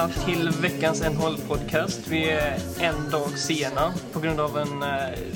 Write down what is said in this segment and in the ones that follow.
välkomna till veckans NHL-podcast. Vi är en dag sena på grund av en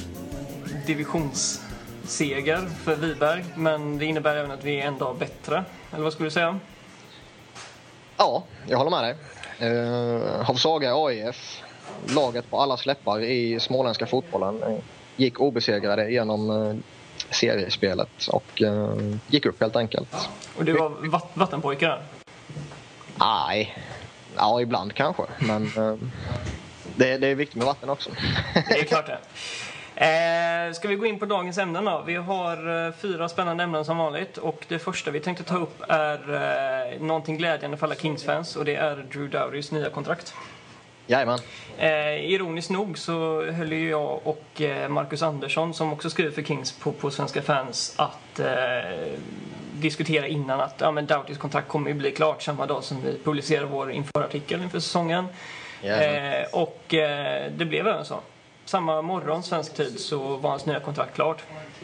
divisionsseger för Viberg. Men det innebär även att vi är en dag bättre. Eller vad skulle du säga? Ja, jag håller med dig. Havshaga AIF, laget på alla släppar i småländska fotbollen, gick obesegrade genom seriespelet och gick upp helt enkelt. Och du var vattenpojkar? Nej, ja ibland kanske, men det är viktigt med vatten också. Det är klart det. Ska vi gå in på dagens ämnen då? Vi har 4 spännande ämnen som vanligt. Och det första vi tänkte ta upp är någonting glädjande för alla Kings-fans. Och det är Drew Doughtys nya kontrakt. Jajamän. Ironiskt nog så höll ju jag och Marcus Andersson, som också skriver för Kings på Svenska fans, att diskutera innan att men Doughtys kontrakt kommer ju bli klart samma dag som vi publicerar vår införartikel inför säsongen. Och det blev även så. Samma morgon svensk tid så var hans nya kontrakt klart.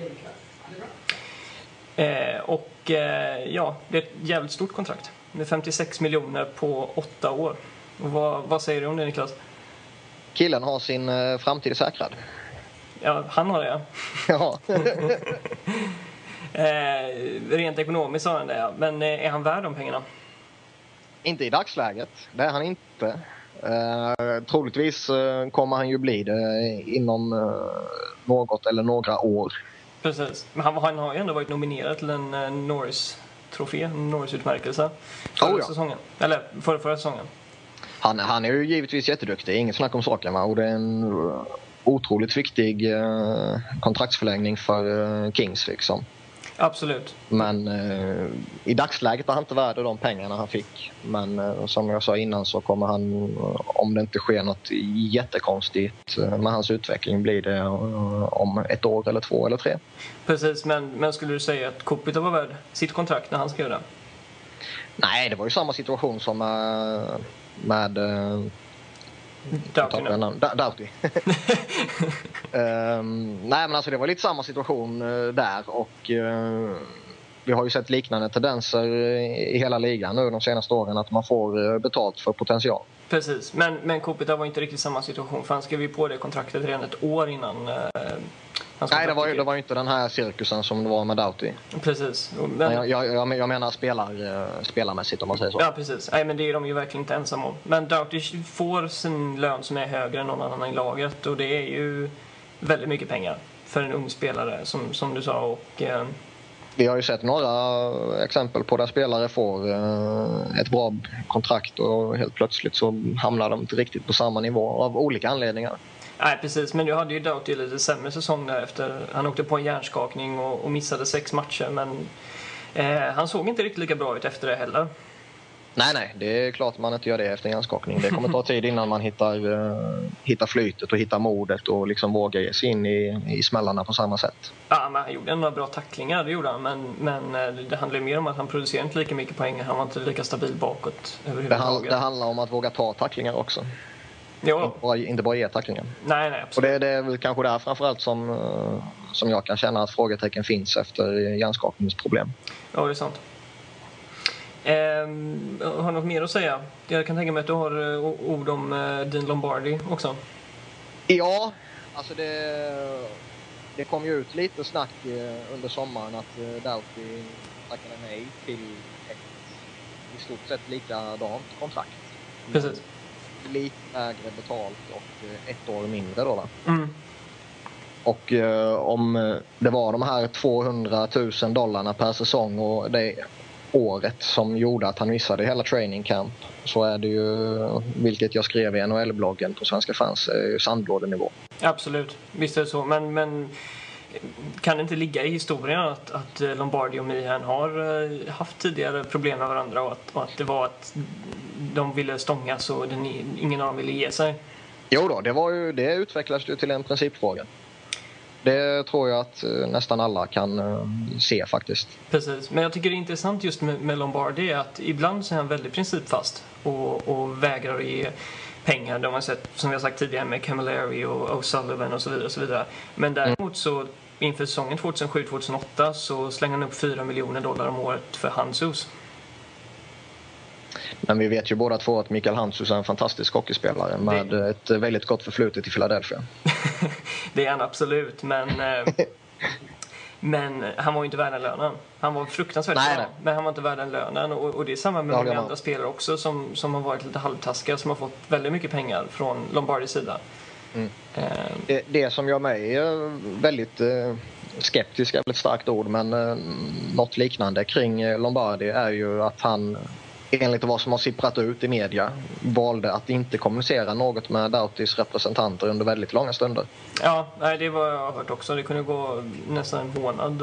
Ja, det är ett jävligt stort kontrakt med 56 miljoner på 8 år. Och vad säger du om det, Niklas? Killen har sin framtid säkrad. Ja, han har det. Ja. Rent ekonomiskt har han det, ja. Men är han värd de pengarna? Inte i dagsläget, det är han inte. Troligtvis kommer han ju bli det inom något eller några år. Precis, men han har ju ändå varit nominerad till en Norris-trofé, en Norris-utmärkelse förra säsongen, eller förra säsongen. Han är ju givetvis jätteduktig, inget snack om saken, och det är en otroligt viktig kontraktsförlängning för Kings liksom. Absolut. Men i dagsläget har han inte värd de pengarna han fick. Men som jag sa innan så kommer han, om det inte sker något jättekonstigt med hans utveckling, blir det om 1 år eller 2 eller 3. Precis, men skulle du säga att Kopita var värd sitt kontrakt när han skrev det? Nej, det var ju samma situation som med Doughty. Nej, men alltså det var lite samma situation där, och vi har ju sett liknande tendenser i hela ligan nu de senaste åren, att man får betalt för potential. Precis, men Kopita var inte riktigt samma situation, för han skrev ju på det kontraktet redan 1 år innan. Nej, det var ju inte den här cirkusen som det var med Doughty. Precis. Men jag menar spelarmässigt, om man säger så. Ja, precis. Nej, men det är de ju verkligen inte ensamma om. Men Doughty får sin lön som är högre än någon annan i laget, och det är ju väldigt mycket pengar för en ung spelare, som du sa. Och vi har ju sett några exempel på där spelare får ett bra kontrakt och helt plötsligt så hamnar de inte riktigt på samma nivå av olika anledningar. Nej, precis. Men nu hade ju Doughty lite sämre säsong därefter. Han åkte på en hjärnskakning och missade 6 matcher. Men han såg inte riktigt lika bra ut efter det heller. Nej, det är klart man inte gör det efter en hjärnskakning. Det kommer ta tid innan man hittar flytet och hittar modet och liksom vågar ge sig in i smällarna på samma sätt. Ja, men han gjorde några bra tacklingar, det gjorde han. Men det handlar mer om att han producerade inte lika mycket poäng. Han var inte lika stabil bakåt överhuvudtaget. Det handlar om att våga ta tacklingar också. Inte bara ge tacklingar. Nej, absolut. Och det är väl kanske där framförallt som jag kan känna att frågetecken finns efter hjärnskakningsproblem. Ja, det är sant. Har något mer att säga? Jag kan tänka mig att du har ord om Dean Lombardi också. Ja, alltså det kom ju ut lite snack under sommaren att Doughty tackade nej till ett i stort sett likadant kontrakt. Precis. Lite lägre betalt och 1 år mindre då, va? Mm. Och om det var de här $200,000 per säsong och det året som gjorde att han missade hela training camp, så är det ju, vilket jag skrev i NHL-bloggen på Svenska fans, sandlådenivå. Absolut, visst är det så. Men kan det inte ligga i historien att Lombardi och Meehan har haft tidigare problem med varandra och att det var att de ville stångas och ingen av dem ville ge sig? Jo då, det utvecklades ju till en principfråga. Det tror jag att nästan alla kan se faktiskt. Precis, men jag tycker det är intressant just med Lombardi att ibland så är han väldigt principfast och vägrar att ge pengar. De har sett, som vi har sagt tidigare, med Camilleri och O'Sullivan och så vidare och så vidare. Men däremot så inför säsongen 2007-2008 så slänger han upp $4 miljoner om året för Hansus. Men vi vet ju båda två att Mikael Handzus är en fantastisk hockeyspelare med ett väldigt gott förflutet i Philadelphia. Det är han absolut, men han var ju inte värd den lönen. Han var fruktansvärt bra, men han var inte värd den lönen. Och det är samma med många andra spelare också som har varit lite halvtaskiga, som har fått väldigt mycket pengar från Lombardis sida. Det som gör mig väldigt skeptisk är väl ett starkt ord, men något liknande kring Lombardi är ju att han, enligt vad som har sipprat ut i media, valde att inte kommunicera något med Doughtys representanter under väldigt långa stunder. Ja, det var jag hört också. Det kunde gå nästan en månad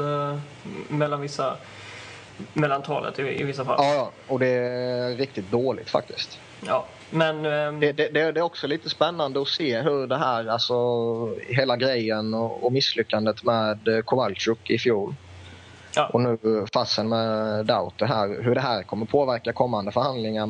mellan talet i vissa fall. Ja, och det är riktigt dåligt faktiskt. Ja, men det är också lite spännande att se hur det här, alltså hela grejen och misslyckandet med Kowalczyk i fjol. Ja. Och nu fasen med Doughty här, hur det här kommer påverka kommande förhandlingar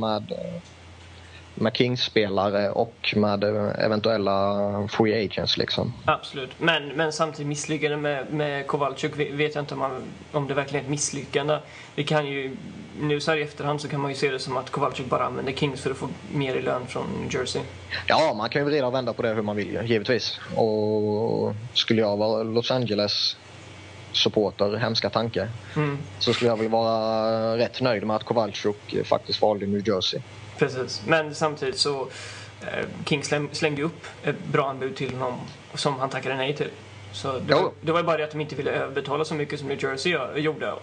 med Kings-spelare och med eventuella free agents liksom. Absolut, men samtidigt misslyckande med Kowalczyk vet jag inte om det verkligen är ett misslyckande. Det kan ju, nu så här i efterhand så kan man ju se det som att Kowalczyk bara använder Kings för att få mer i lön från New Jersey. Ja, man kan ju vrida och vända på det hur man vill, givetvis. Och skulle jag vara Los Angeles supporter, hemska tanke, så skulle jag väl vara rätt nöjd med att Kowalczyk faktiskt valde New Jersey. Precis, men samtidigt så Kings slängde upp ett bra anbud till honom som han tackade nej till. Så det var bara det att de inte ville överbetala så mycket som New Jersey gör,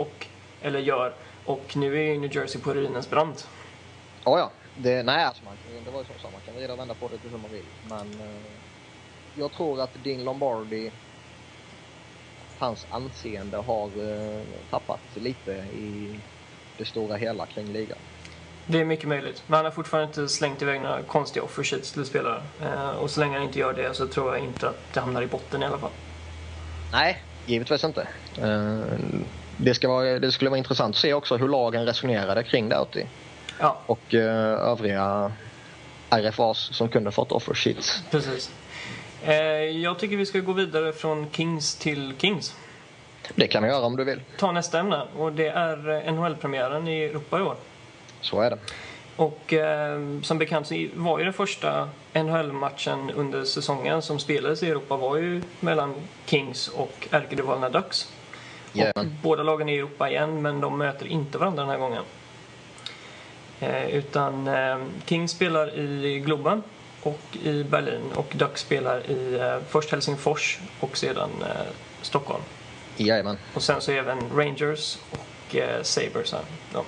och nu är New Jersey på ruinens brant. Ja. Det var ju så man kan redan vända på det till hur man vill. Men jag tror att Dean Lombardi, hans anseende har tappat lite i det stora hela kring ligan. Det är mycket möjligt. Men han har fortfarande inte slängt iväg några konstiga offer sheets till spelare. Och så länge han inte gör det så tror jag inte att det hamnar i botten i alla fall. Nej, givetvis inte. Det skulle vara intressant att se också hur lagen resonerade kring Doughty. Ja. Och övriga RFAs som kunde fått offer sheets. Precis. Jag tycker vi ska gå vidare från Kings till Kings. Det kan vi göra om du vill. Ta nästa ämne, och det är NHL-premiären i Europa i år. Så är det. Och som bekant så var ju den första NHL-matchen under säsongen som spelades i Europa var ju mellan Kings och ärkerivalerna Ducks. Yeah. Och båda lagen är i Europa igen, men de möter inte varandra den här gången. Utan Kings spelar i Globen och i Berlin, och Ducks spelar i först Helsingfors och sedan Stockholm. Jajamän. Och sen så även Rangers och Sabres här. Ja.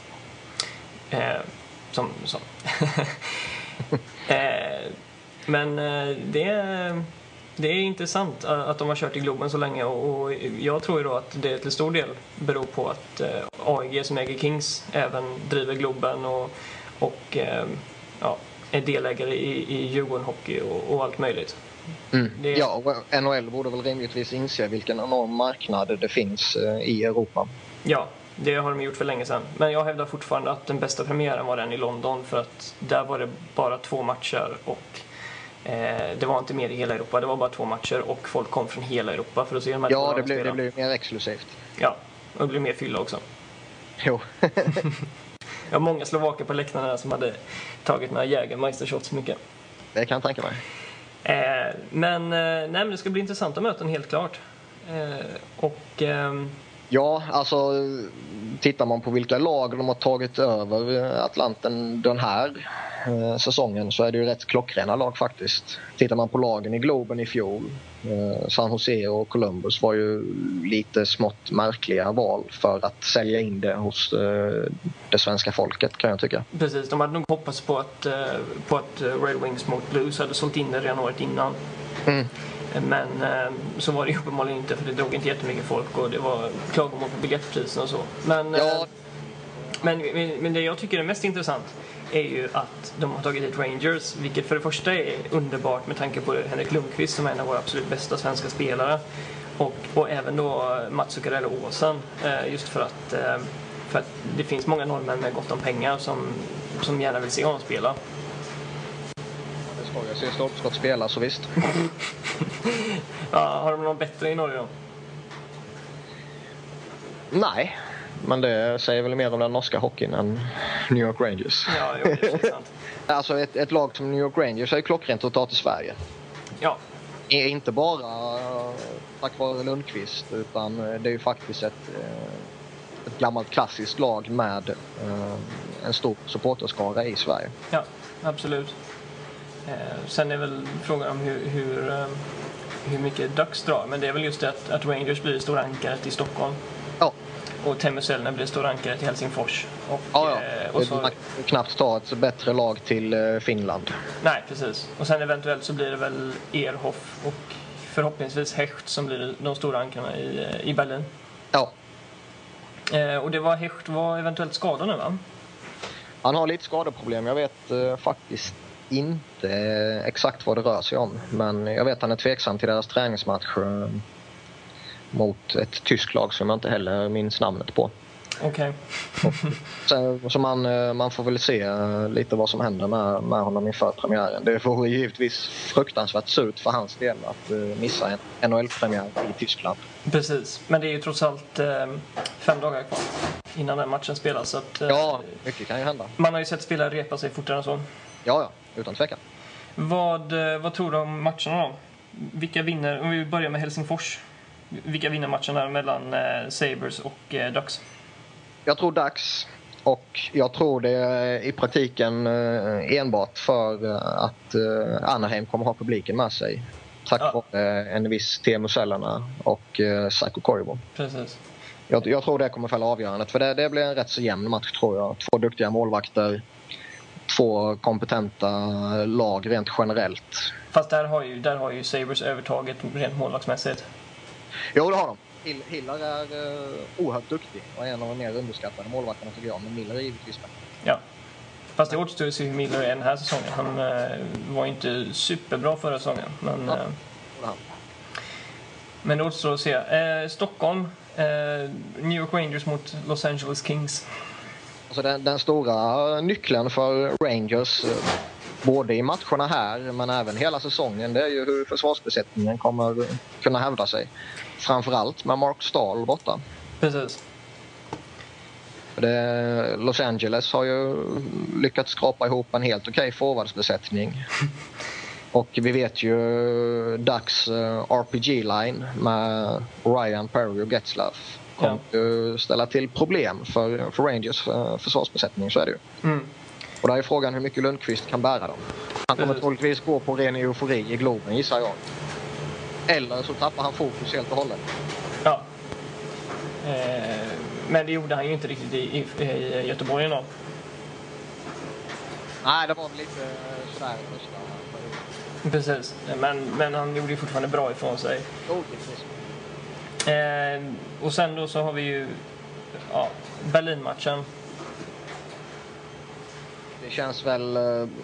Men det är intressant att de har kört i Globen så länge, och jag tror ju då att det till stor del beror på att AEG som äger Kings även driver Globen och är delägare i Djurgården Hockey och allt möjligt. Ja, och NHL borde väl rimligtvis inse vilken enorm marknad det finns i Europa. Ja, det har de gjort för länge sedan. Men jag hävdar fortfarande att den bästa premiären var den i London, för att där var det bara 2 matcher och det var inte mer i hela Europa. Det var bara 2 matcher och folk kom från hela Europa för att se de här. Ja, det blir mer exklusivt. Ja, och det blir mer fylla också. Jo. Jag har många slovaker på läktarna som hade tagit några Jägermeister-shots mycket. Det kan jag tänka mig. Men det ska bli intressanta möten, helt klart. Ja, alltså tittar man på vilka lag de har tagit över Atlanten den här säsongen, så är det ju rätt klockrena lag faktiskt. Tittar man på lagen i Globen i fjol, San Jose och Columbus var ju lite smått märkliga val för att sälja in det hos det svenska folket, kan jag tycka. Precis, de hade nog hoppats på att Red Wings mot Blues hade sålt in det redan året innan. Men så var det ju uppenbarligen inte, för det drog inte jättemycket folk och det var klagomål på biljettpriserna och så. Men det jag tycker är mest intressant är ju att de har tagit hit Rangers, vilket för det första är underbart med tanke på Henrik Lundqvist som är en av våra absolut bästa svenska spelare, och även då Mats Zuccarello-Åsen, just för att det finns många norrmän med gott om pengar som gärna vill se honom spela. Jag ser Stolpskott spela, så visst. Ja, har de någon bättre i Norge då? Nej, men det säger väl mer om den norska hockeyn än New York Rangers. Ja, jo, det är sant. Alltså ett lag som New York Rangers är klockrent att ta till Sverige. Ja. Inte bara tack vare Lundqvist, utan det är ju faktiskt ett gammalt klassiskt lag med en stor supporterskara i Sverige. Ja, absolut. Sen är väl frågan om hur mycket Ducks drar. Men det är väl just det att Rangers blir stora ankaret i Stockholm. Ja. Och Teemu Selänne blir stora ankaret i Helsingfors. Och, ja. Och så... Man kan knappt ta ett bättre lag till Finland. Nej, precis. Och sen eventuellt så blir det väl Ehrhoff och förhoppningsvis Hecht som blir de stora ankarna i Berlin. Ja. Och det var Hecht var eventuellt skadad nu, va? Han har lite skadeproblem. Jag vet faktiskt inte exakt vad det rör sig om. Men jag vet att han är tveksam till deras träningsmatch mot ett tyskt lag som jag inte heller minns namnet på. Okej. Så man får väl se lite vad som händer med honom inför premiären. Det får givetvis fruktansvärt surt för hans del att missa en NHL-premiär i Tyskland. Precis, men det är ju trots allt 5 dagar kvar innan den matchen spelas. Så att, ja, mycket kan ju hända. Man har ju sett spelare repa sig fortare än så. Ja, utan tvekan. Vad tror du om matcherna då? Vilka vinner? Om vi börjar med Helsingfors. Vilka vinner matcherna mellan Sabres och Ducks? Jag tror Ducks, och jag tror det i praktiken enbart för att Anaheim kommer ha publiken med sig. Tack vare en viss Teemu Selänne och Saku Koivu. Precis. Jag tror det kommer fälla avgörandet, för det blir en rätt så jämn match, tror jag. 2 duktiga målvakter, 2 kompetenta lag rent generellt. Fast där har ju Sabres övertaget rent målvaktsmässigt. Jo, det har de. Hiller är oerhört duktig och är en av de mer underskattade målvakterna, tycker jag. Men Miller är givetvis med. Ja. Fast det återstår att se hur Miller är den här säsongen. Han var inte superbra förra säsongen. Men det återstår att se. Stockholm. New York Rangers mot Los Angeles Kings. Alltså den stora nyckeln för Rangers, både i matcherna här men även hela säsongen, det är ju hur försvarsbesättningen kommer kunna hävda sig. Framförallt med Mark Stahl borta. Precis. Los Angeles har ju lyckats skrapa ihop en helt okej forwardsbesättning. Och vi vet ju Ducks RPG-line med Ryan, Perry och Getzlaf kommer ju ställa till problem för Rangers försvarsbesättning, så är det ju. Mm. Och där är frågan hur mycket Lundqvist kan bära dem. Han kommer troligtvis gå på ren eufori i Globen, gissar jag. Eller så tappar han fokus helt och hållet. Ja. Men det gjorde han ju inte riktigt i Göteborg ändå. Nej, det var väl lite sådär första. Precis, men han gjorde ju fortfarande bra ifrån sig. Och sen då så har vi ju Berlin-matchen. Det känns väl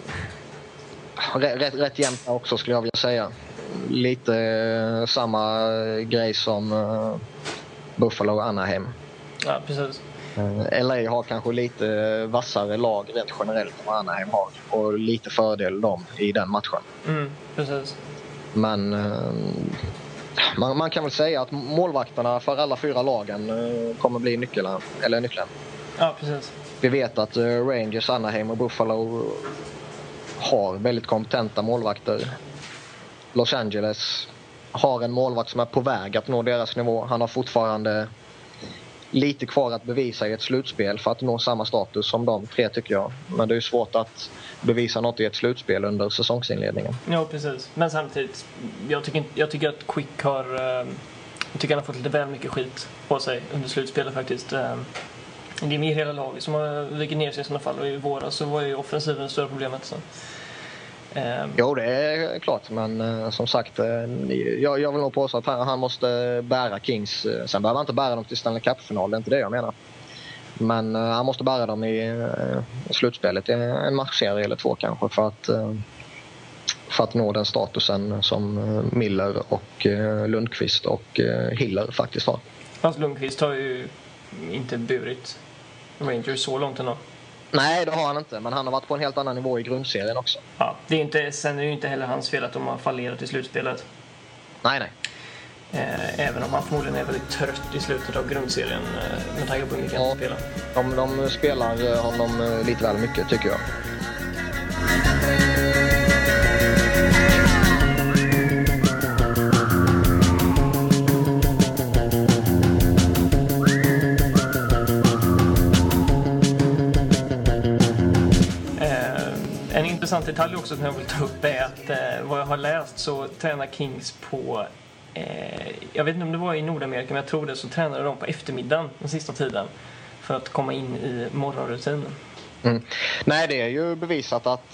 rätt jämnt också, skulle jag vilja säga. Lite samma grej som Buffalo och Anaheim. Ja, precis. LA har kanske lite vassare lag rent generellt än vad Anaheim har. Och lite fördel dem i den matchen. Precis. Men man kan väl säga att målvakterna för alla 4 lagen kommer bli nyckeln. Ja, precis. Vi vet att Rangers, Anaheim och Buffalo har väldigt kompetenta målvakter. Los Angeles har en målvakt som är på väg att nå deras nivå. Han har fortfarande lite kvar att bevisa i ett slutspel för att nå samma status som de 3, tycker jag. Men det är svårt att bevisa något i ett slutspel under säsongsinledningen. Ja, precis. Men samtidigt, jag tycker att Quick har... Jag tycker han har fått lite väl mycket skit på sig under slutspelet faktiskt. Det är mer hela laget som har vikit ner sig i sådana fall. Och i våras så var ju offensiven det stora problemet. Så. Jo, det är klart. Men som sagt, jag vill nog påstå att han måste bära Kings. Sen behöver han inte bära dem till Stanley Cup-final, det är inte det jag menar. Men han måste bära dem i slutspelet i en matchserie eller 2 kanske för att nå den statusen som Miller och Lundqvist och Hiller faktiskt har. Fast Lundqvist har ju inte burit Rangers så långt ändå. Nej, det har han inte. Men han har varit på en helt annan nivå i grundserien också. Ja, sen är det ju inte heller hans fel att de har fallerat i slutspelet. Nej. Även om han förmodligen är väldigt trött i slutet av grundserien med tanke på hur mycket han spelar. De spelar honom lite väl mycket tycker jag. En intressant detalj också som jag vill ta upp är att vad jag har läst så tränar Kings på jag vet inte om det var i Nordamerika, men jag tror det, så tränade de på eftermiddagen den sista tiden för att komma in i morgonrutinen. Nej, det är ju bevisat att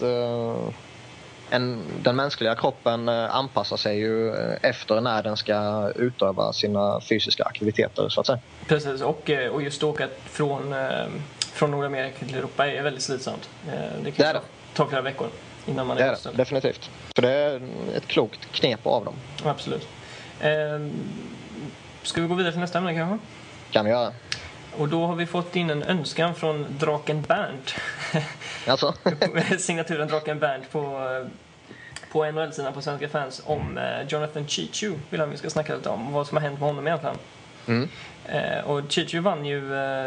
den mänskliga kroppen anpassar sig ju efter när den ska utöva sina fysiska aktiviteter så att säga. Precis, och just åka från Nordamerika till Europa är väldigt slitsamt. Det kan ta flera veckor innan man är det, definitivt. Så det är ett klokt knep av dem. Absolut. Ska vi gå vidare till nästa ämne kanske? Kan vi göra. Och då har vi fått in en önskan från Draken Bernt. Alltså? Signaturen Draken Bernt på NHL-sidan på Svenska Fans om Jonathan Cheechoo. Vill han vi ska snacka lite om vad som har hänt med honom egentligen. Och Cheechoo vann ju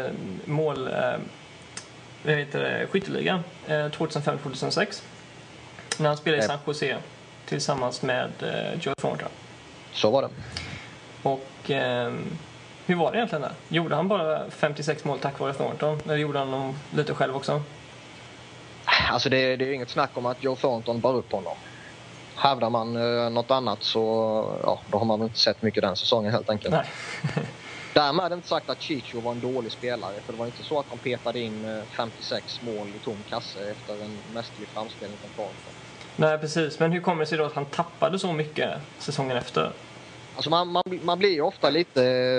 skytteligan 2005-2006 när han spelade i San Jose tillsammans med Joe Thornton. Så var det. Och hur var det egentligen där? Gjorde han bara 56 mål tack vare Thornton? Eller gjorde han dem lite själv också? Alltså det är inget snack om att Joe Thornton bar upp honom. Hävdar man något annat så då har man väl inte sett mycket den säsongen helt enkelt. Nej. Därmed är det inte sagt att Cheechoo var en dålig spelare. För det var inte så att han petade in 56 mål i tom kasse efter en mästerlig framspelning från Thornton. Nej, precis. Men hur kommer det sig då att han tappade så mycket säsongen efter? Alltså man blir ju ofta lite...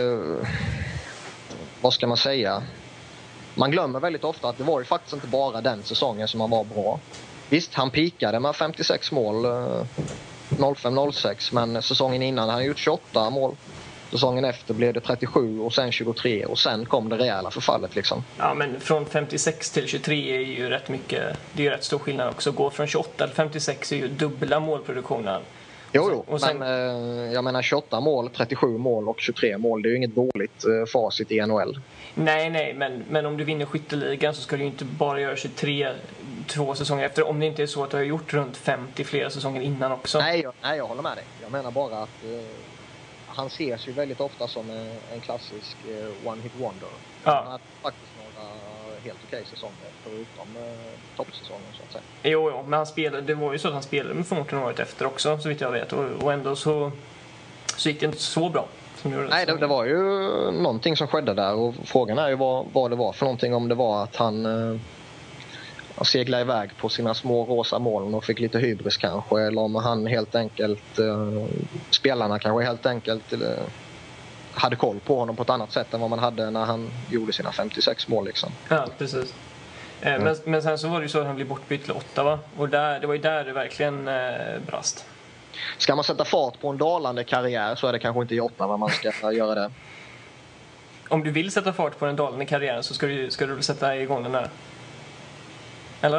vad ska man säga? Man glömmer väldigt ofta att det var ju faktiskt inte bara den säsongen som han var bra. Visst, han pikade med 56 mål 05-06, men säsongen innan han hade gjort 28 mål. Säsongen efter blev det 37 och sen 23 och sen kom det rejäla förfallet liksom. Ja, men från 56 till 23 är ju rätt mycket, det är ju rätt stor skillnad också. Gå från 28 till 56 är ju dubbla målproduktionen. Jo, och sen, men jag menar 28 mål, 37 mål och 23 mål, det är ju inget dåligt facit i NHL. Nej, men om du vinner skytteligan så ska du ju inte bara göra 23 2 säsonger efter, om det inte är så att du har gjort runt 50 flera säsonger innan också. Nej, jag håller med dig. Jag menar bara att han ses ju väldigt ofta som en klassisk one-hit wonder. Ja. Han har faktiskt några helt okej säsonger förutom toppsäsongen så att säga. Jo, men det var ju så att han spelade med Thornton året efter också, så vitt jag vet. Och ändå så gick det inte så bra. Nej, det var ju någonting som skedde där och frågan är ju vad det var för någonting. Om det var att han seglade iväg på sina små rosa moln och fick lite hybris kanske, eller om han helt enkelt spelarna kanske helt enkelt hade koll på honom på ett annat sätt än vad man hade när han gjorde sina 56 mål liksom. Ja, precis. Men sen så var det ju så att han blev bortbytt till Ottawa och det var ju där det verkligen brast. Ska man sätta fart på en dalande karriär så är det kanske inte i Ottawa man ska göra det. Om du vill sätta fart på den dalande karriären så ska du väl sätta igång den där. Eller?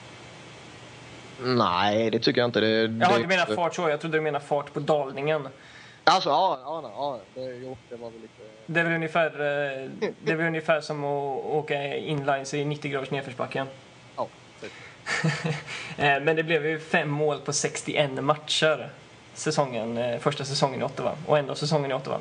Nej, det tycker jag inte. Du menar fart så. Jag trodde du menar fart på dalningen. Alltså, ja. Det var väl lite... Det är väl ungefär som att åka inlines i 90 graders nedförsbacken. Ja, typ. Men det blev ju 5 mål på 61 matcher första säsongen i Ottawa. Och ändå säsongen i Ottawa.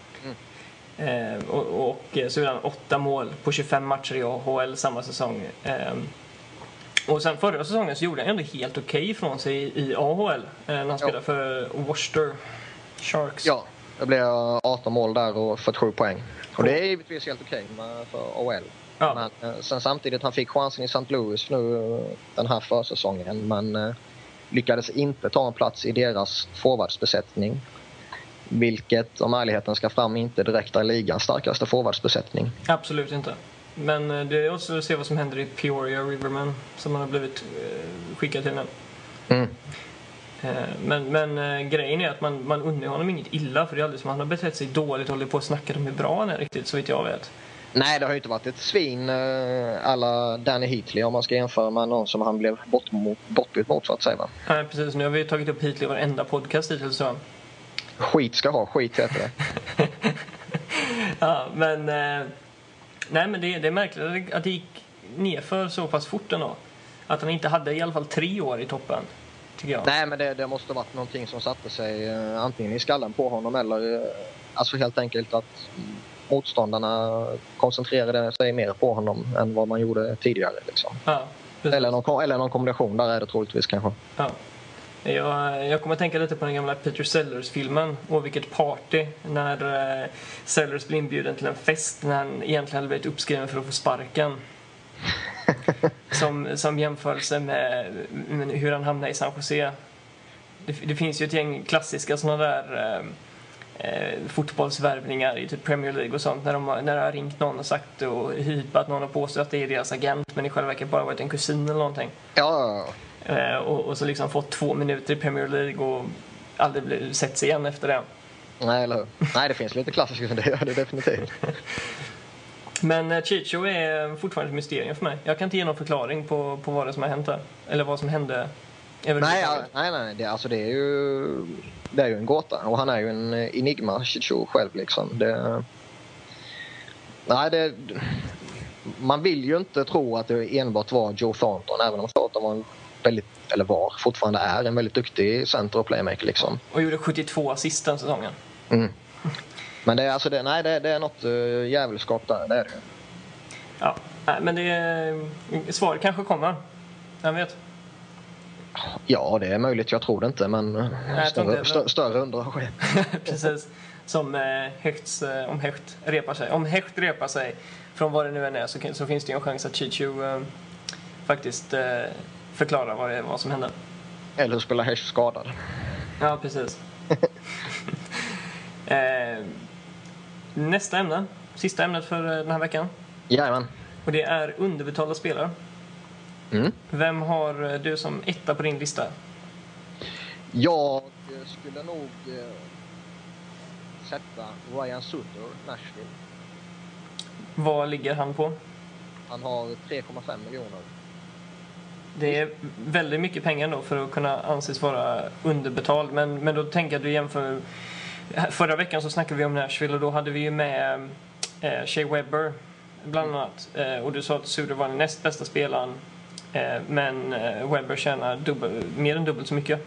Och så gjorde han 8 mål på 25 matcher i AHL samma säsong. Och sen förra säsongen så gjorde han ändå helt okej ifrån sig i AHL när han spelade för Worcester Sharks. Ja, det blev 18 mål där och 47 poäng. Och det är givetvis helt okej för AHL. Ja. Men sen samtidigt han fick chansen i St. Louis nu den här försäsongen, men lyckades inte ta en plats i deras forwardsbesättning. Vilket, om ärligheten ska fram, inte direkt är ligans starkaste forwardsbesättning. Absolut inte. Men det är också att se vad som händer i Peoria Riverman som han har blivit skickad till nu. Men grejen är att man undrar honom inget illa, för det är aldrig som han har betett sig dåligt och håller på att snacka om hur bra han är riktigt, så vitt jag vet. Nej, det har ju inte varit ett svin alla Danny Heatley om man ska jämföra med någon som han blev bortbytt mot så att säga, va? Nej, precis. Nu har vi tagit upp Heatley i varenda podcast hittills så. Skit ska ha, skit heter det. Ja, men nej, men det är märkligt att det gick nerför så pass fort ändå. Att han inte hade i alla fall 3 år i toppen, tycker jag. Nej, men det måste varit någonting som satte sig antingen i skallen på honom eller alltså helt enkelt att motståndarna koncentrerade sig mer på honom än vad man gjorde tidigare. Liksom. Ja, eller någon kombination, där är det troligtvis kanske. Ja. Jag kommer att tänka lite på den gamla Peter Sellers-filmen och vilket party när Sellers blir inbjuden till en fest när han egentligen hade blivit uppskriven för att få sparken. Som jämförelse med hur han hamnade i San Jose. Det finns ju ett gäng klassiska sådana där fotbollsvärvningar i typ Premier League och sånt när det har ringt någon och sagt och hypat någon och påstått att det är deras agent men i själva verket bara varit en kusin eller någonting. Ja. Och så liksom fått 2 minuter i Premier League och aldrig sett sig igen efter det. Nej, eller hur? Nej, det finns lite klassiska, det gör det definitivt. Men Chicho är fortfarande ett mysterium för mig. Jag kan inte ge någon förklaring på vad det som har hänt där. Eller vad som hände. Nej, det är ju en gåta. Och han är ju en enigma, Chicho själv liksom. Man vill ju inte tro att det enbart var Joe Thornton, även om Thornton var fortfarande är en väldigt duktig center och playmaker liksom. Och gjorde 72 assist den säsongen. Mm. Men det är något jävelskap där, det är det. Ja, men svaret kanske kommer. Jag vet. Ja, det är möjligt, jag tror det inte, men större under har skett. Precis. Som om Hecht repar sig från vad det nu än är så finns det ju en chans att Chicho faktiskt förklarar vad som hände. Eller spelar Hecht skadad. Ja, precis. Nästa ämne, sista ämnet för den här veckan. Jajamän. Och det är underbetalda spelare. Mm. Vem har du som etta på din lista? Jag skulle nog sätta Ryan Suter, Nashville. Vad ligger han på? Han har 3,5 miljoner. Det är väldigt mycket pengar då för att kunna anses vara underbetald. Men då tänker jag att du jämför. Förra veckan så snackade vi om Nashville och då hade vi ju med Shea Weber bland annat. Och du sa att Suter var den näst bästa spelaren. Men Weber tjänar mer än dubbelt så mycket.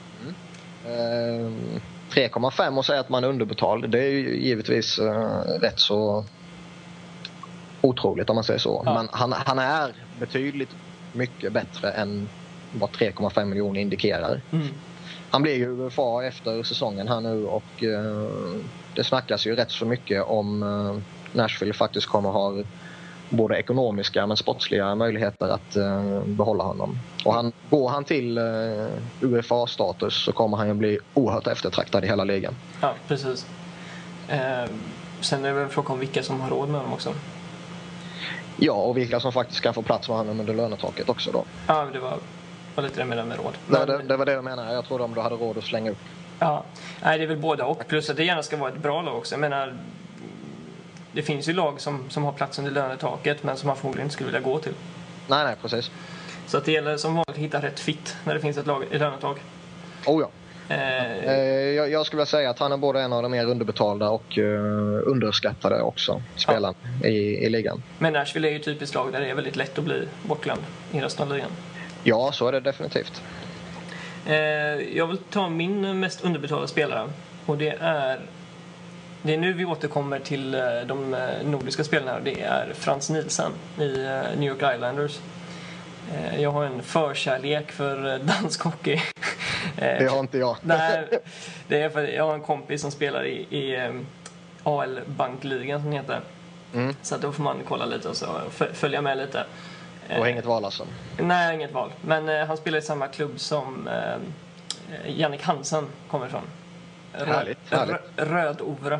3,5 och säga att man är underbetald, det är ju givetvis rätt så otroligt om man säger så. Ja. Men han är betydligt mycket bättre än vad 3,5 miljoner indikerar. Mm. Han blir ju UFA efter säsongen här nu och det snackas ju rätt så mycket om Nashville faktiskt kommer ha både ekonomiska men sportsliga möjligheter att behålla honom. Och går han till UFA-status så kommer han ju bli oerhört eftertraktad i hela ligan. Ja, precis. Sen är det väl en fråga om vilka som har råd med honom också. Ja, och vilka som faktiskt kan få plats med honom under lönetaket också då. Ja, det var lite det med råd. Det var det jag menade. Jag tror de hade råd att slänga upp. Ja, nej, det är väl båda och. Plus att det gärna ska vara ett bra lag också. Jag menar, det finns ju lag som har plats under lönetaket men som man förmodligen inte skulle vilja gå till. Nej, precis. Så att det gäller som vanligt att hitta rätt fit när det finns ett lag i lönetak. Oh ja. Jag skulle vilja säga att han är både en av de mer underbetalda och underskattade också spelarna i ligan. Men Nashville är ju typiskt lag där det är väldigt lätt att bli bortglömd i resten av ligan. Ja, så är det definitivt. Jag vill ta min mest underbetalda spelare. Och det är nu vi återkommer till de nordiska spelarna. Det är Frans Nielsen i New York Islanders. Jag har en förkärlek för dansk hockey. Det har inte jag. Nej, det är för jag har en kompis som spelar i AL-bankligan som heter. Mm. Så då får man kolla lite och så följa med lite. Och inget val alltså? Nej, inget val. Men han spelar i samma klubb som Jannik Hansen kommer ifrån. Härligt. Röd-Ovre.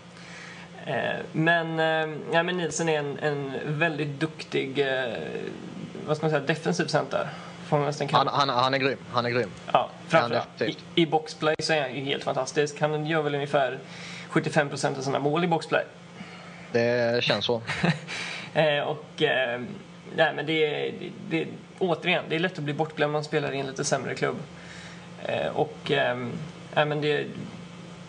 Men Nielsen är en väldigt duktig vad ska man säga, defensiv center. Han är grym. Han är grym. Ja, framförallt i boxplay så är han ju helt fantastisk. Han gör väl ungefär 75% av sina mål i boxplay. Det känns så. Men det återigen, det är lätt att bli bortglömd om man spelar i en lite sämre klubb.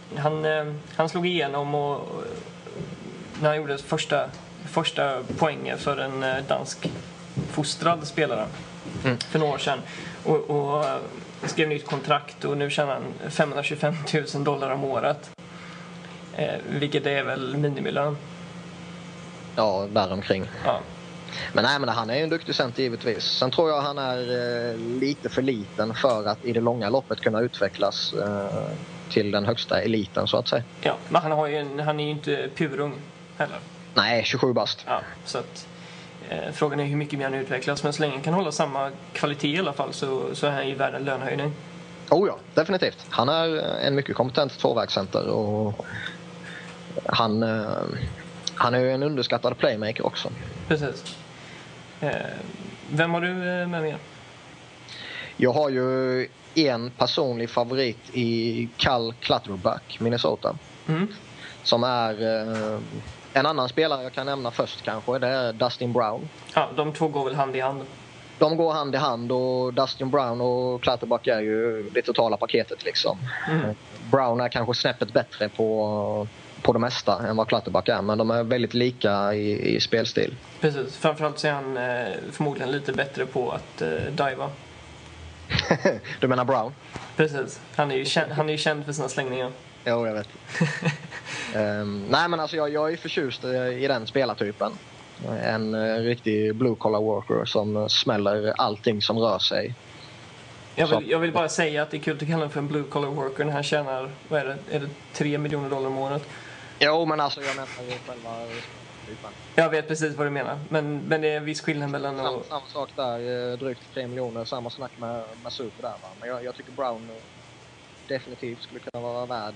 Han slog igenom och när han gjorde första poängen för en dansk fostrad spelare för några år sedan och skrev nytt kontrakt och nu tjänar han $525,000 om året, vilket är väl minimilön. Ja, däromkring. Ja. Men nej, men han är ju en duktig center givetvis. Sen tror jag han är lite för liten för att i det långa loppet kunna utvecklas till den högsta eliten så att säga. Ja, men han är ju inte purung heller. Nej, 27 bast. Ja, så att frågan är hur mycket mer han utvecklas, men så länge han kan hålla samma kvalitet i alla fall så är han ju värd en lönehöjning. Oh ja, definitivt. Han är en mycket kompetent tvåvägscenter och han är ju en underskattad playmaker också. Precis. Vem har du med mer? Jag har ju en personlig favorit i Cal Clutterbuck, Minnesota. Som är en annan spelare jag kan nämna först kanske. Det är Dustin Brown. Ja, de två går väl hand i hand. De går hand i hand och Dustin Brown och Clutterbuck är ju det totala paketet liksom. Brown är kanske snäppet bättre på det mesta än vad Clutterbuck är, men de är väldigt lika i spelstil. Precis, framförallt så är han förmodligen lite bättre på att diva. Du menar Brown? Precis, han är ju känd för sina slängningar. Jo, jag vet. Nej, men alltså jag är förtjust i den spelartypen. En riktig blue collar worker som smäller allting som rör sig. Jag vill bara säga att det är kul att kalla honom för en blue collar worker när han tjänar, vad är det $3 miljoner om året. Jo, men alltså jag menar ju själva typen. Jag vet precis vad du menar, men det är en viss skillnad mellan samma sak där, drygt 3 miljoner, samma snack med Super där, va? Men jag tycker Brown definitivt skulle kunna vara värd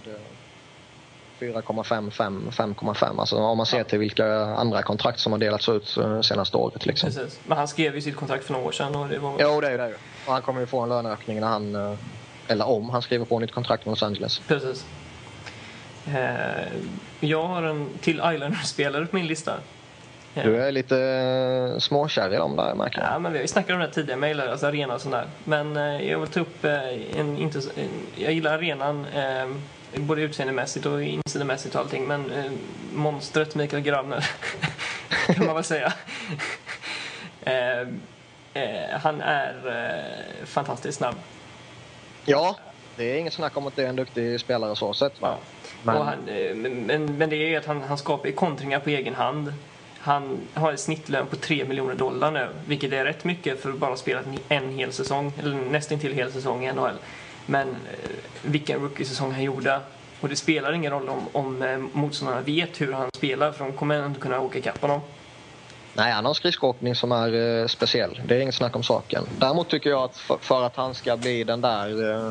4,5 alltså om man ser till vilka andra kontrakt som har delats ut senaste året liksom. Precis, men han skrev ju sitt kontrakt för några år sedan och det var... Jo, det är det. Och han kommer ju få en löneökning när han eller om han skriver på nytt kontrakt med Los Angeles. Precis. Jag har en till Islanders-spelare på min lista. Du är lite småkär i dem där, märker jag. Ja, men vi har ju snackat om det här tidigare med alltså arena och sånt där. Men jag vill ta upp jag gillar arenan både utseendemässigt och insidmässigt och allting, men monstret Mikael Grabner kan man väl säga. Han är fantastiskt snabb. Ja, det är inget snack om att det är en duktig spelare så sett, va? Ja. Men det är ju att han skapar kontringar på egen hand. Han har en snittlön på $3 miljoner nu, vilket är rätt mycket för att bara spela en hel säsong, eller nästan till hel säsong i NHL. Men vilken rookie-säsong han gjorde. Och det spelar ingen roll om motståndarna vet hur han spelar, för de kommer inte kunna åka ikapp honom. Nej, han har en skridskoåkning som är speciell. Det är inget snack om saken. Däremot tycker jag att för att han ska bli den där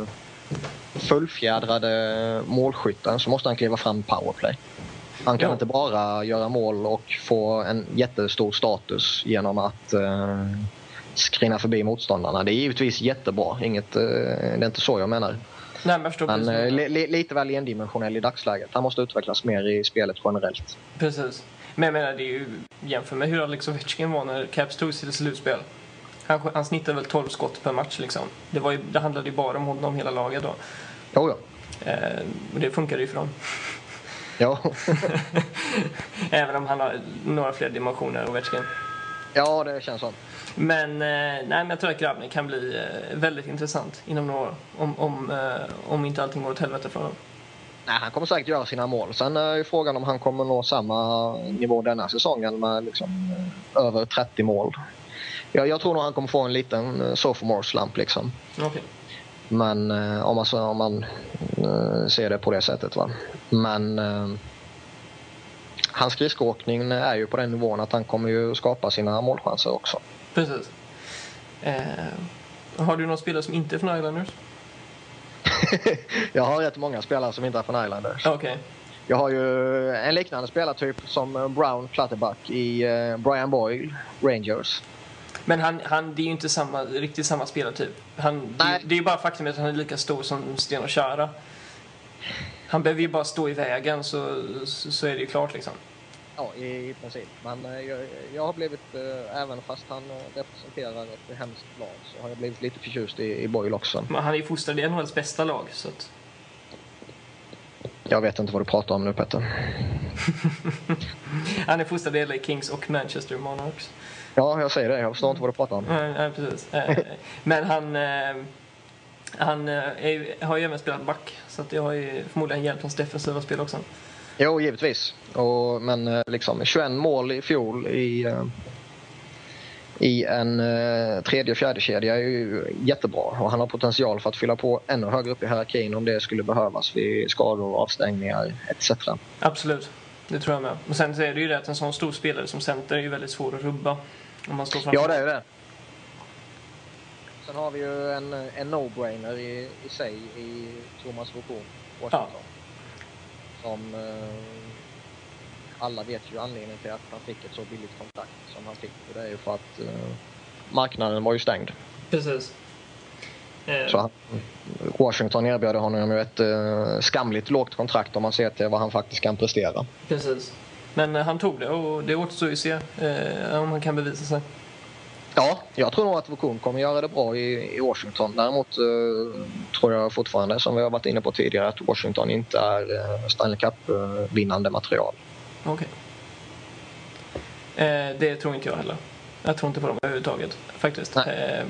fullfjädrade målskytten så måste han kliva fram powerplay. Han kan inte bara göra mål och få en jättestor status genom att skrinna förbi motståndarna. Det är givetvis jättebra. Det är inte så jag menar. Nej, men han lite väl endimensionell i dagsläget. Han måste utvecklas mer i spelet generellt. Precis. Men jag menar, det är ju jämför med hur Alex Ovechkin var när Caps tog sig till slutspel. Han snittade väl 12 skott per match liksom. Det handlade ju bara om honom hela laget då. Jo, ja. Och det funkade ju för dem. Ja. Även om han har några fler dimensioner Ovechkin. Ja, det känns så. Men jag tror att Grabner kan bli väldigt intressant inom några år. Om inte allting går åt helvete för honom. Nej, han kommer säkert göra sina mål. Sen är ju frågan om han kommer nå samma nivå denna säsongen med liksom över 30 mål. Jag tror nog han kommer få en liten sophomore slump liksom. Okay. Men om man ser det på det sättet, va. Men hans skridskoåkning är ju på den nivån att han kommer ju skapa sina målchanser också. Precis. Har du någon spelare som inte är från Islanders? Jag har rätt många spelare som inte är från Islanders. Okay. Jag har ju en liknande spelartyp som Brown Clutterbuck i Brian Boyle, Rangers. Men han det är ju inte riktigt samma spelartyp. Det är ju bara faktum att han är lika stor som Sten och Chara. Han behöver ju bara stå i vägen så är det ju klart liksom. Ja, i princip. Men jag har blivit, även fast han representerar ett hemskt lag, så har jag blivit lite förtjust i Boyle också. Men han är ju fostrad i NHLs bästa lag, så att... Jag vet inte vad du pratar om nu, Petter. Han är fostrad i LA Kings och Manchester Monarchs. Ja, jag säger det. Jag förstår inte vad du pratar om. Nej, precis. Men han har ju även spelat back. Så att det har ju förmodligen hjälpt hans defensiva spel också. Jo, givetvis. Men liksom 21 mål i fjol i en tredje och fjärde kedja är ju jättebra. Och han har potential för att fylla på ännu högre upp i hierarkin om det skulle behövas vid skador, avstängningar etc. Absolut, det tror jag med. Och sen så är det ju det att en sån stor spelare som center är ju väldigt svår att rubba. Om man står framför. Ja, det är ju det. Sen har vi ju en no-brainer i sig i Thomas Vokoun, Washington. Ja. Som alla vet ju anledningen till att han fick ett så billigt kontrakt som han fick. Och det är ju för att marknaden var ju stängd. Precis. Så Washington erbjöd honom ju ett skamligt lågt kontrakt om man ser till vad han faktiskt kan prestera. Precis. Men han tog det och det återstår ju att se om han kan bevisa sig. Ja, jag tror nog att Vokoun kommer göra det bra i Washington. Däremot tror jag fortfarande, som vi har varit inne på tidigare, att Washington inte är Stanley Cup-vinnande material. Okej. Det tror inte jag heller. Jag tror inte på dem överhuvudtaget, faktiskt.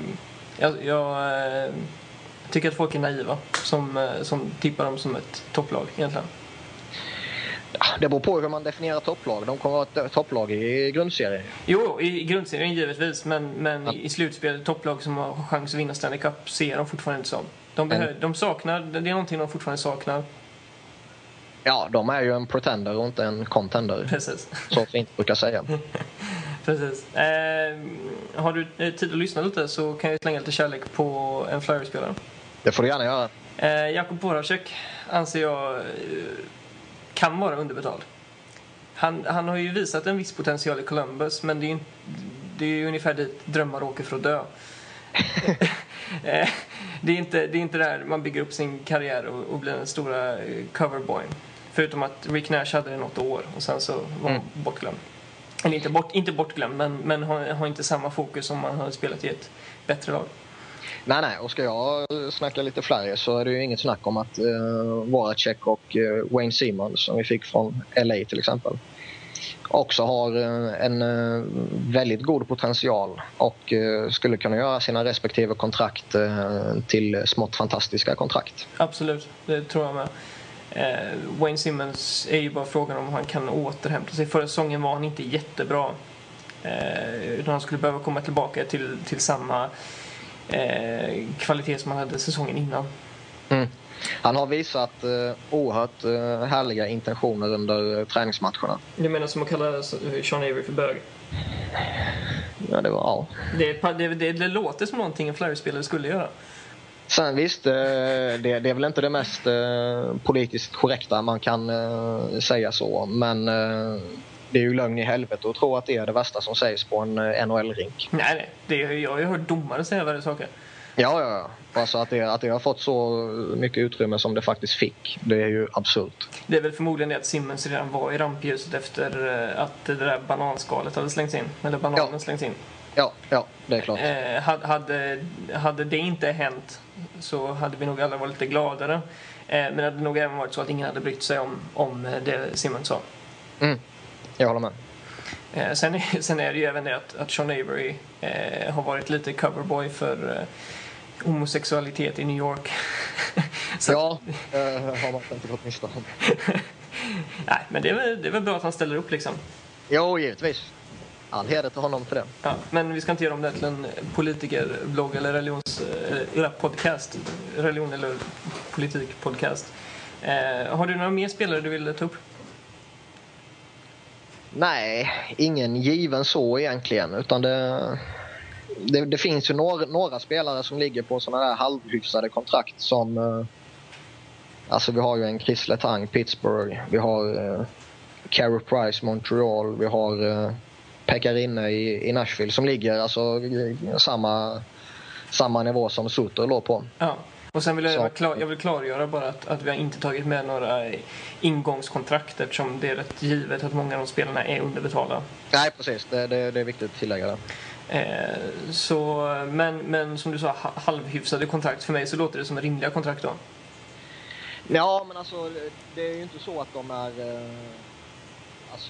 Jag tycker att folk är naiva som tippar dem som ett topplag egentligen. Ja, det beror på hur man definierar topplag. De kommer att vara ett topplag i grundserien. Jo, i grundserien givetvis. Men i slutspelet, topplag som har chans att vinna Stanley Cup ser de fortfarande inte som. De saknar, det är någonting de fortfarande saknar. Ja, de är ju en pretender och inte en contender. Precis. Så fint brukar säga. Precis. Har du tid att lyssna lite så kan jag slänga lite kärlek på en Flyers-spelare. Det får du gärna göra. Jakub Voracek anser jag kan vara underbetald. Han har ju visat en viss potential i Columbus, men det är ju ungefär dit drömmar åker för att dö. Det är inte där man bygger upp sin karriär och blir den stora coverboy. Förutom att Rick Nash hade det något år och sen så var han bortglömd. Eller inte bortglömd, men har inte samma fokus som man hade spelat i ett bättre lag. Nej, och ska jag snacka lite Flyers så är det ju inget snack om att Voracek och Wayne Simmonds som vi fick från LA till exempel också har en väldigt god potential och skulle kunna göra sina respektive kontrakt till smått fantastiska kontrakt. Absolut, det tror jag med. Wayne Simmonds är ju bara frågan om han kan återhämta sig. Förra säsongen var han inte jättebra. Utan han skulle behöva komma tillbaka till samma kvalitet som han hade säsongen innan. Han har visat oerhört härliga intentioner under träningsmatcherna. Du menar som att kalla Sean Avery för bög? Ja, det var det låter som någonting en Flyers-spelare skulle göra. Sen visst, det är väl inte det mest politiskt korrekta man kan säga så. Men det är ju lögn i helvete att tro att det är det värsta som sägs på en NHL-rink. Nej, jag har ju hört domare säga värre saker. Ja. Alltså att det har fått så mycket utrymme som det faktiskt fick. Det är ju absurt. Det är väl förmodligen det att Simmons redan var i rampljuset efter att det där bananskalet hade slängts in. Eller bananen slängts in. Ja, det är klart. Hade det inte hänt så hade vi nog alla varit lite gladare. Men det hade nog även varit så att ingen hade brytt sig om det Simmons sa. Jag håller med. Sen är det ju även det att Sean Avery har varit lite coverboy för homosexualitet i New York. Ja, har man inte gått miste om. Nej, men det är väl bra att han ställer upp liksom. Jo, givetvis. All heder till honom för det. Ja, men vi ska inte göra om det till en politikerblogg eller podcast. Religion eller politikpodcast. Har du några mer spelare du vill ta upp? Nej, ingen given så egentligen. Utan det finns ju några spelare som ligger på sådana där halvhyfsade kontrakt som... Alltså vi har ju en Chris Letang, Pittsburgh. Vi har Carey Price, Montreal. Vi har Pekka i Nashville som ligger alltså samma nivå som Sutter låg på. Ja. Och sen vill jag vill klargöra bara att vi har inte tagit med några ingångskontrakt eftersom det är rätt givet att många av de spelarna är underbetalda. Nej, precis. Det är viktigt att tillägga det. Men som du sa, halvhyfsade kontrakt för mig så låter det som en rimliga kontrakt då. Ja, men alltså det är ju inte så att de är... Alltså...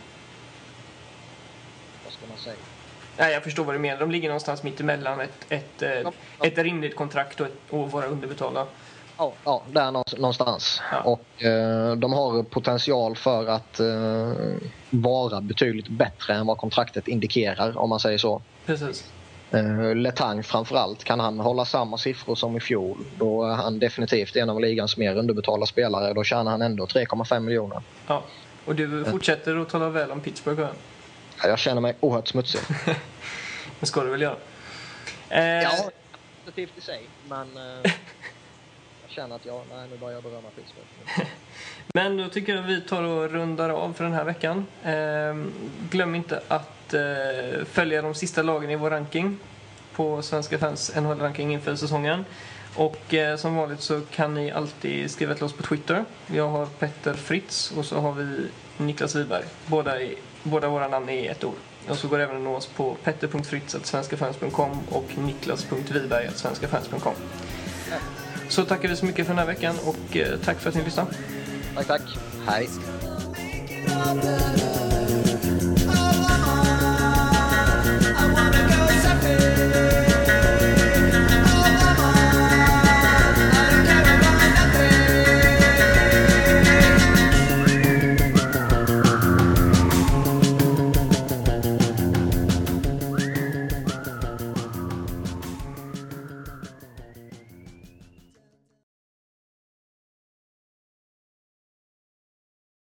Vad ska man säga? Nej, jag förstår vad du menar. De ligger någonstans mitt emellan ett rimligt kontrakt och vara underbetalda. Ja, där någonstans. Ja. Och de har potential för att vara betydligt bättre än vad kontraktet indikerar, om man säger så. Precis. Letang framförallt, kan han hålla samma siffror som i fjol, då är han definitivt en av ligans mer underbetalda spelare. Då tjänar han ändå 3,5 miljoner. Ja, och du fortsätter att tala väl om Pittsburgh. Jag känner mig oerhört smutsig. Det ska du väl göra? Ja, definitivt i sig, men jag känner att nu börjar jag berömma Pittsburgh. Men då tycker jag vi tar och rundar av för den här veckan. Glöm inte att följa de sista lagen i vår ranking på Svenska Fans NHL-ranking inför säsongen. Och som vanligt så kan ni alltid skriva till oss på Twitter. Jag har Petter Fritz och så har vi Niklas Wiberg. Båda våra namn är ett ord. Och så går det även att nå oss på petter.fritz@svenskafans.com och niklas.wiberg@svenskafans.com. Så tackar vi så mycket för den här veckan och tack för att ni lyssnade. Tack. Hej.